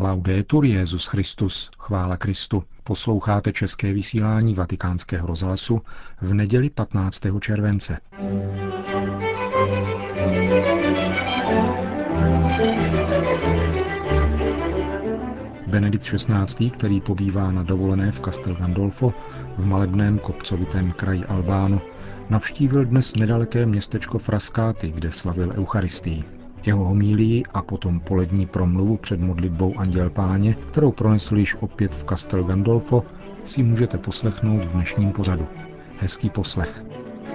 Laudetur Jesus Christus, chvála Kristu. Posloucháte české vysílání Vatikánského rozhlasu v neděli 15. července. Benedikt XVI., který pobývá na dovolené v Castel Gandolfo v malebném kopcovitém kraji Albánu, navštívil dnes nedaleké městečko Frascati, kde slavil Eucharistii. Jeho homílii a potom polední promluvu před modlitbou Anděl Páně, kterou pronesl již opět v Castel Gandolfo, si můžete poslechnout v dnešním pořadu. Hezký poslech.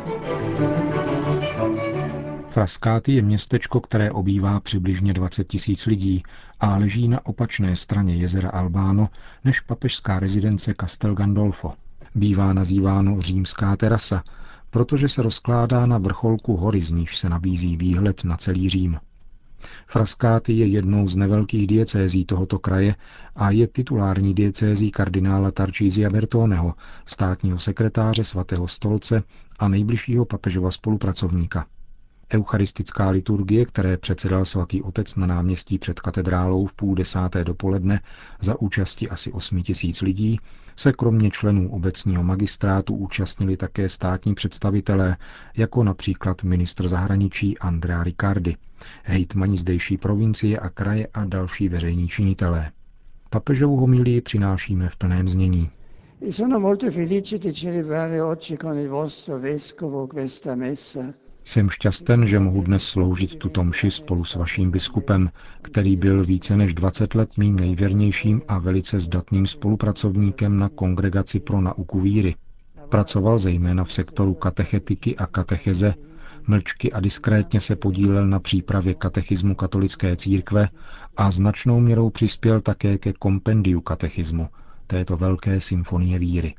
Frascati je městečko, které obývá přibližně 20 000 lidí a leží na opačné straně jezera Albáno než papežská rezidence Castel Gandolfo. Bývá nazýváno Římská terasa, protože se rozkládá na vrcholku hory, z níž se nabízí výhled na celý Řím. Frascati je jednou z nevelkých diecézí tohoto kraje a je titulární diecézí kardinála Tarcisia Bertoneho, státního sekretáře Svatého stolce a nejbližšího papežova spolupracovníka. Eucharistická liturgie, které předsedal svatý otec na náměstí před katedrálou v 9:30 dopoledne za účasti asi 8 000 lidí, se kromě členů obecního magistrátu účastnili také státní představitelé, jako například ministr zahraničí Andrea Riccardi, hejtmani zdejší provincie a kraje a další veřejní činitelé. Papežovu homilii přinášíme v plném znění. Sono molto felice di celebrare oggi con il vostro vescovo questa messa. Jsem šťasten, že mohu dnes sloužit tuto mši spolu s vaším biskupem, který byl více než 20 let mým nejvěrnějším a velice zdatným spolupracovníkem na Kongregaci pro nauku víry. Pracoval zejména v sektoru katechetiky a katecheze, mlčky a diskrétně se podílel na přípravě katechismu katolické církve a značnou měrou přispěl také ke kompendiu katechismu, této velké symfonie víry.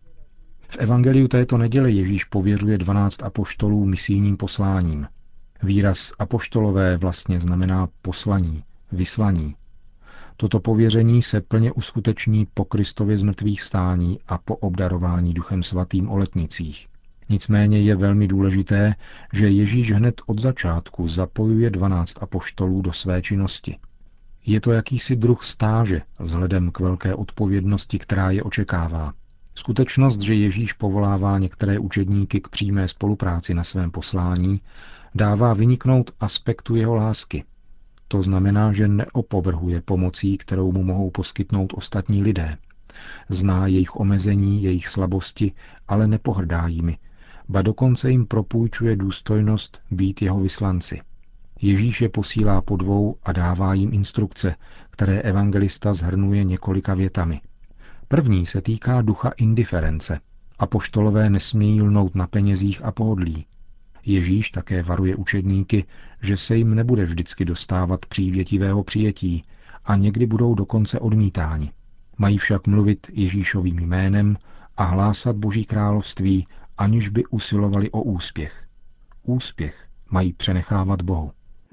V evangeliu této neděle Ježíš pověřuje 12 apoštolů misijním posláním. Výraz apoštolové vlastně znamená poslaní, vyslaní. Toto pověření se plně uskuteční po Kristově zmrtvýchvstání a po obdarování Duchem svatým o letnicích. Nicméně je velmi důležité, že Ježíš hned od začátku zapojuje 12 apoštolů do své činnosti. Je to jakýsi druh stáže vzhledem k velké odpovědnosti, která je očekává. Skutečnost, že Ježíš povolává některé učedníky k přímé spolupráci na svém poslání, dává vyniknout aspektu jeho lásky. To znamená, že neopovrhuje pomocí, kterou mu mohou poskytnout ostatní lidé. Zná jejich omezení, jejich slabosti, ale nepohrdá jimi, ba dokonce jim propůjčuje důstojnost být jeho vyslanci. Ježíš je posílá po dvou a dává jim instrukce, které evangelista shrnuje několika větami. První se týká ducha indiference. Apoštolové nesmějí lnout na penězích a pohodlí. Ježíš také varuje učedníky, že se jim nebude vždycky dostávat přívětivého přijetí a někdy budou dokonce odmítáni. Mají však mluvit Ježíšovým jménem a hlásat Boží království, aniž by usilovali o úspěch. Úspěch mají přenechávat Bohu.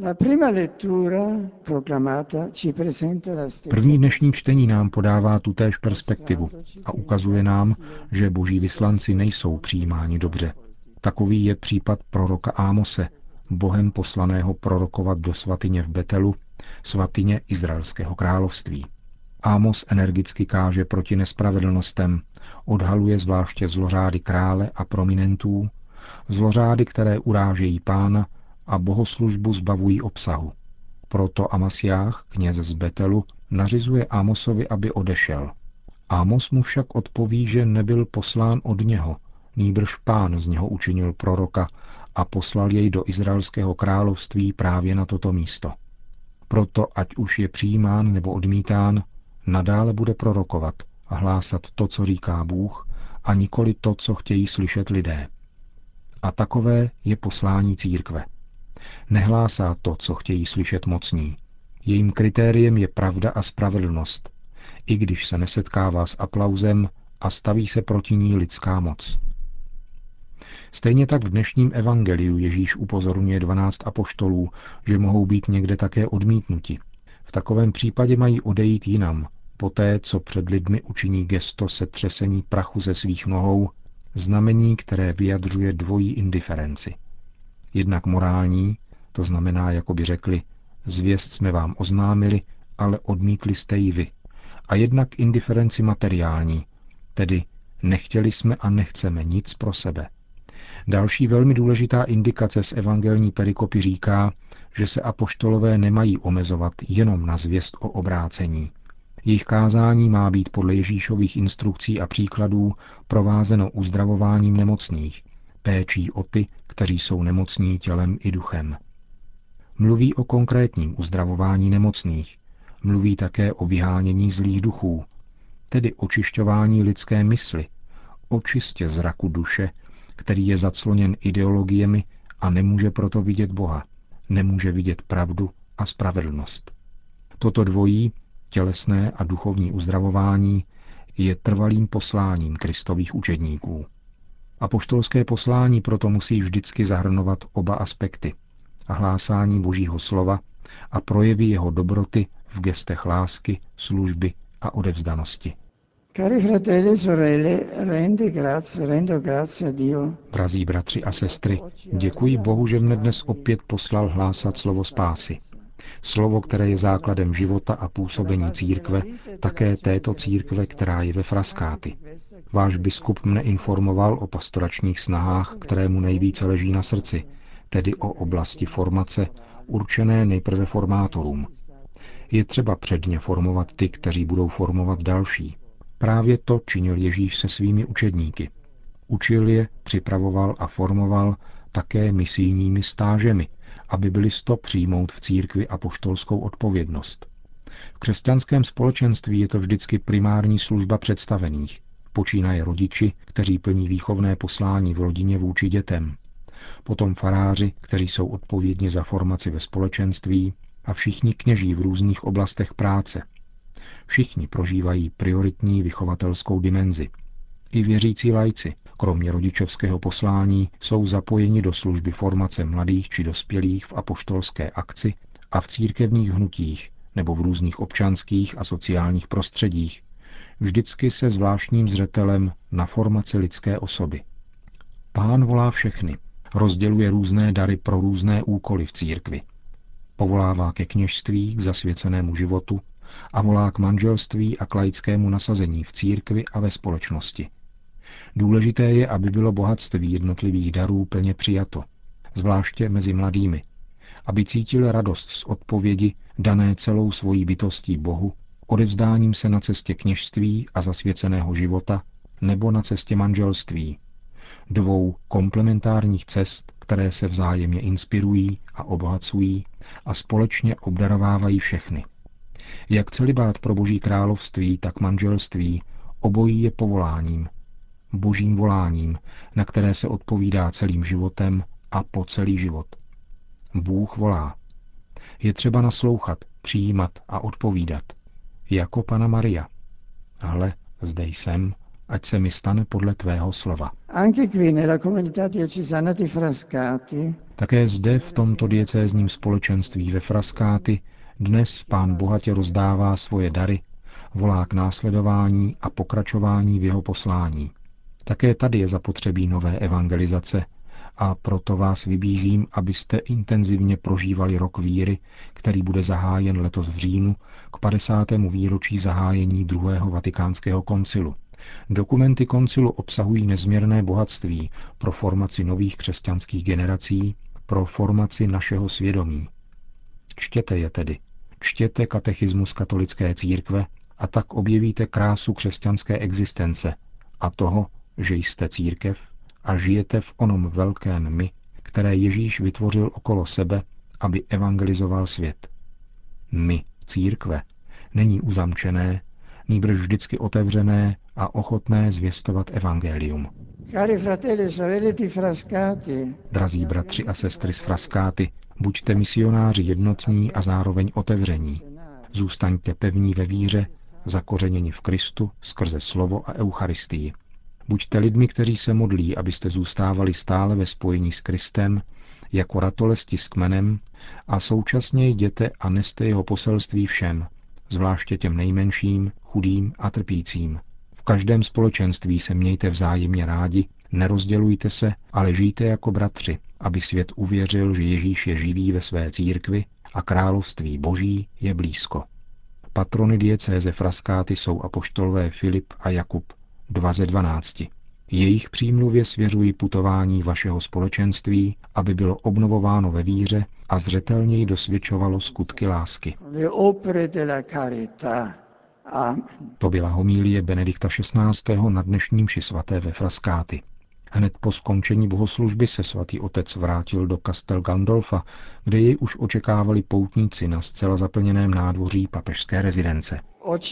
První dnešní čtení nám podává tutéž perspektivu a ukazuje nám, že boží vyslanci nejsou přijímáni dobře. Takový je případ proroka Ámose, Bohem poslaného prorokovat do svatyně v Betelu, svatyně Izraelského království. Ámos energicky káže proti nespravedlnostem, odhaluje zvláště zlořády krále a prominentů, zlořády, které urážejí Pána a bohoslužbu zbavují obsahu. Proto Amasiách, kněz z Betelu, nařizuje Ámosovi, aby odešel. Ámos mu však odpoví, že nebyl poslán od něho, nýbrž Pán z něho učinil proroka a poslal jej do Izraelského království právě na toto místo. Proto, ať už je přijímán nebo odmítán, nadále bude prorokovat a hlásat to, co říká Bůh, a nikoli to, co chtějí slyšet lidé. A takové je poslání církve. Nehlásá to, co chtějí slyšet mocní. Jejím kritériem je pravda a spravedlnost, i když se nesetkává s aplauzem a staví se proti ní lidská moc. Stejně tak v dnešním evangeliu Ježíš upozorňuje 12 apoštolů, že mohou být někde také odmítnuti. V takovém případě mají odejít jinam, poté, co před lidmi učiní gesto setřesení prachu ze svých nohou, znamení, které vyjadřuje dvojí indiferenci. Jednak morální, to znamená, jako by řekli, zvěst jsme vám oznámili ale odmítli jste ji vy. A jednak indiferenci materiální, tedy nechtěli jsme a nechceme nic pro sebe. Další velmi důležitá indikace z evangelní perikopy říká, že se apoštolové nemají omezovat jenom na zvěst o obrácení. Jejich kázání má být podle Ježíšových instrukcí a příkladů provázeno uzdravováním nemocných, péčí o ty, kteří jsou nemocní tělem i duchem. Mluví o konkrétním uzdravování nemocných, mluví také o vyhánění zlých duchů, tedy očišťování lidské mysli, o čistě zraku duše, který je zacloněn ideologiemi a nemůže proto vidět Boha, nemůže vidět pravdu a spravedlnost. Toto dvojí, tělesné a duchovní uzdravování, je trvalým posláním Kristových učedníků. Apoštolské poslání proto musí vždycky zahrnovat oba aspekty, hlásání Božího slova a projevy jeho dobroty v gestech lásky, služby a odevzdanosti. Cari fratelli e sorelle, rendo grazie a Dio. Drazí bratři a sestry, děkuji Bohu, že mne dnes opět poslal hlásat slovo spásy. Slovo, které je základem života a působení církve, také této církve, která je ve Frascati. Váš biskup mne informoval o pastoračních snahách, které mu nejvíce leží na srdci, tedy o oblasti formace, určené nejprve formátorům. Je třeba předně formovat ty, kteří budou formovat další. Právě to činil Ježíš se svými učedníky. Učil je, připravoval a formoval také misijními stážemi, aby byli sto přijmout v církvi apoštolskou odpovědnost. V křesťanském společenství je to vždycky primární služba představených, počínaje rodiči, kteří plní výchovné poslání v rodině vůči dětem, potom faráři, kteří jsou odpovědni za formaci ve společenství, a všichni kněží v různých oblastech práce. Všichni prožívají prioritní vychovatelskou dimenzi. I věřící laici, kromě rodičovského poslání, jsou zapojeni do služby formace mladých či dospělých v apoštolské akci a v církevních hnutích nebo v různých občanských a sociálních prostředích, vždycky se zvláštním zřetelem na formaci lidské osoby. Pán volá všechny, rozděluje různé dary pro různé úkoly v církvi. Povolává ke kněžství, k zasvěcenému životu a volá k manželství a k laickému nasazení v církvi a ve společnosti. Důležité je, aby bylo bohatství jednotlivých darů plně přijato, zvláště mezi mladými, aby cítili radost z odpovědi dané celou svojí bytostí Bohu, odevzdáním se na cestě kněžství a zasvěceného života nebo na cestě manželství, dvou komplementárních cest, které se vzájemně inspirují a obohacují a společně obdarovávají všechny. Jak celibát pro Boží království, tak manželství, obojí je povoláním, Božím voláním, na které se odpovídá celým životem a po celý život. Bůh volá. Je třeba naslouchat, přijímat a odpovídat. Jako Panna Maria. Hle, zde jsem, ať se mi stane podle tvého slova. Také zde v tomto diecézním společenství ve Frascati dnes Pán bohatě rozdává svoje dary, volá k následování a pokračování v jeho poslání. Také tady je zapotřebí nové evangelizace a proto vás vybízím, abyste intenzivně prožívali rok víry, který bude zahájen letos v říjnu k 50. výročí zahájení druhého vatikánského koncilu. Dokumenty koncilu obsahují nezměrné bohatství pro formaci nových křesťanských generací, pro formaci našeho svědomí. Čtěte je tedy. Čtěte katechismus katolické církve a tak objevíte krásu křesťanské existence a toho, že jste církev a žijete v onom velkém my, které Ježíš vytvořil okolo sebe, aby evangelizoval svět. My, církve, není uzamčené, nýbrž vždycky otevřené a ochotné zvěstovat evangelium. Drazí bratři a sestry z Frascati, buďte misionáři jednotní a zároveň otevření. Zůstaňte pevní ve víře, zakořeněni v Kristu skrze slovo a Eucharistii. Buďte lidmi, kteří se modlí, abyste zůstávali stále ve spojení s Kristem, jako ratolesti s kmenem, a současně jděte a neste jeho poselství všem, zvláště těm nejmenším, chudým a trpícím. V každém společenství se mějte vzájemně rádi, nerozdělujte se, ale žijte jako bratři, aby svět uvěřil, že Ježíš je živý ve své církvi a království Boží je blízko. Patrony diecéze Frascati jsou apoštolové Filip a Jakub, 2 ze 12. Jejich přímluvě svěřují putování vašeho společenství, aby bylo obnovováno ve víře a zřetelněji dosvědčovalo skutky lásky. To byla homilie Benedikta XVI. Na dnešním mši svaté ve Frascati. Hned po skončení bohoslužby se svatý otec vrátil do Castel Gandolfa, kde jej už očekávali poutníci na zcela zaplněném nádvoří papežské rezidence.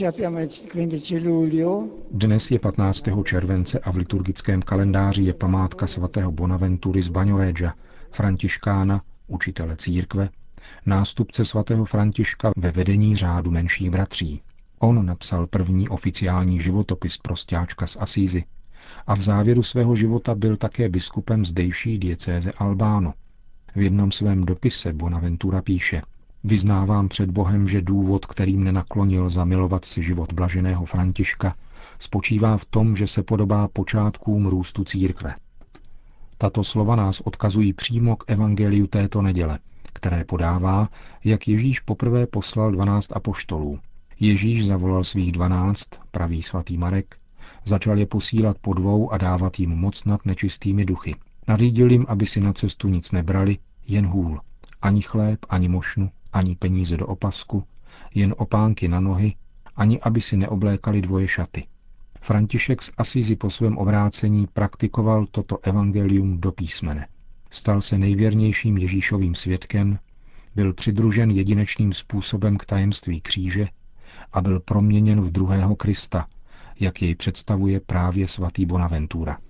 Dnes je 15. července a v liturgickém kalendáři je památka svatého Bonaventury z Bagnoreggia, františkána, učitele církve, nástupce svatého Františka ve vedení řádu menších bratří. On napsal první oficiální životopis prosťáčka z Asízy a v závěru svého života byl také biskupem zdejší diecéze Albano. V jednom svém dopise Bonaventura píše: Vyznávám před Bohem, že důvod, kterým nenaklonil zamilovat si život blaženého Františka, spočívá v tom, že se podobá počátkům růstu církve. Tato slova nás odkazují přímo k evangeliu této neděle, které podává, jak Ježíš poprvé poslal 12 apoštolů. Ježíš zavolal svých 12, praví svatý Marek, začal je posílat po 2 a dávat jim moc nad nečistými duchy. Nařídil jim, aby si na cestu nic nebrali, jen hůl, ani chléb, ani mošnu, ani peníze do opasku, jen opánky na nohy, ani aby si neoblékali 2 šaty. František z Asízy po svém obrácení praktikoval toto evangelium do písmene. Stal se nejvěrnějším Ježíšovým svědkem, byl přidružen jedinečným způsobem k tajemství kříže a byl proměněn v druhého Krista, jak jej představuje právě svatý Bonaventura.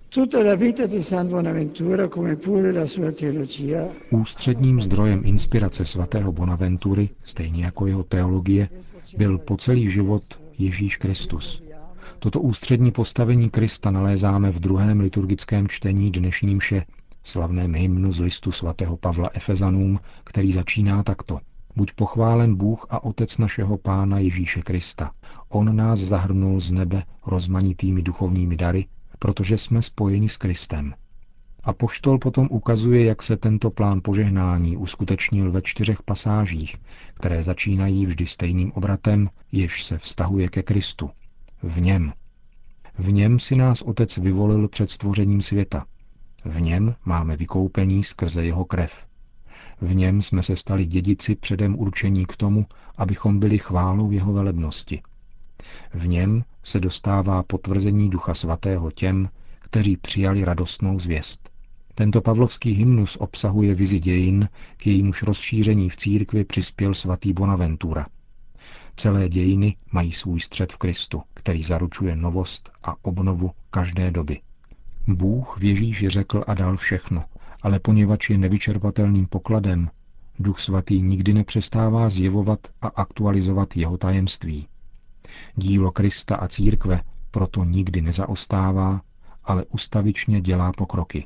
Ústředním zdrojem inspirace svatého Bonaventury, stejně jako jeho teologie, byl po celý život Ježíš Kristus. Toto ústřední postavení Krista nalézáme v 2. liturgickém čtení dnešní mše, slavném hymnu z listu svatého Pavla Efezanům, který začíná takto. Buď pochválen Bůh a Otec našeho Pána Ježíše Krista. On nás zahrnul z nebe rozmanitými duchovními dary, protože jsme spojeni s Kristem. Apoštol potom ukazuje, jak se tento plán požehnání uskutečnil ve 4 pasážích, které začínají vždy stejným obratem, jež se vztahuje ke Kristu. V něm. V něm si nás Otec vyvolil před stvořením světa. V něm máme vykoupení skrze jeho krev. V něm jsme se stali dědici předem určení k tomu, abychom byli chválou jeho velebnosti. V něm se dostává potvrzení Ducha Svatého těm, kteří přijali radostnou zvěst. Tento pavlovský hymnus obsahuje vizi dějin, k jejímuž rozšíření v církvi přispěl svatý Bonaventura. Celé dějiny mají svůj střed v Kristu, který zaručuje novost a obnovu každé doby. Bůh v Ježíši řekl a dal všechno, ale poněvadž je nevyčerpatelným pokladem, Duch Svatý nikdy nepřestává zjevovat a aktualizovat jeho tajemství. Dílo Krista a církve proto nikdy nezaostává, ale ustavičně dělá pokroky.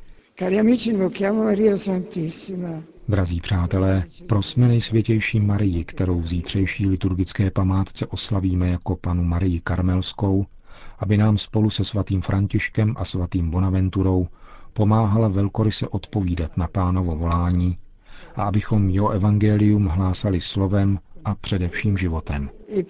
Drazí přátelé, prosme nejsvětější Marii, kterou v zítřejší liturgické památce oslavíme jako Pannu Marii Karmelskou, aby nám spolu se svatým Františkem a svatým Bonaventurou pomáhala velkoryse odpovídat na Pánovo volání a abychom jeho evangelium hlásali slovem a především životem.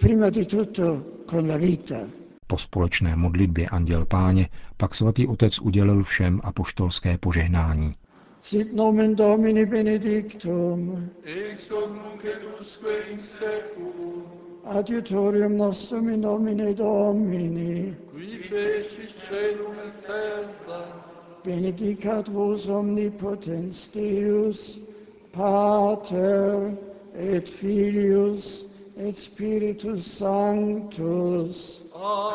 Po společné modlitbě Anděl Páně pak svatý otec udělil všem apoštolské požehnání. Sit nomen Domini benedictum, ex hoc nunc et usque in seculum, adiutorium nostrum in nomine Domini, qui fecit caelum et terra, benedicat vos omnipotens Deus, Pater et Filius et Spiritus Sanctus.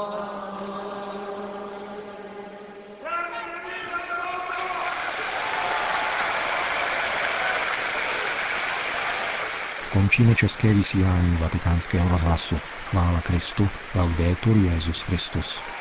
Končíme české vysílání Vatikánského rozhlasu. Chvála Kristu, laudetur Jesus Christus.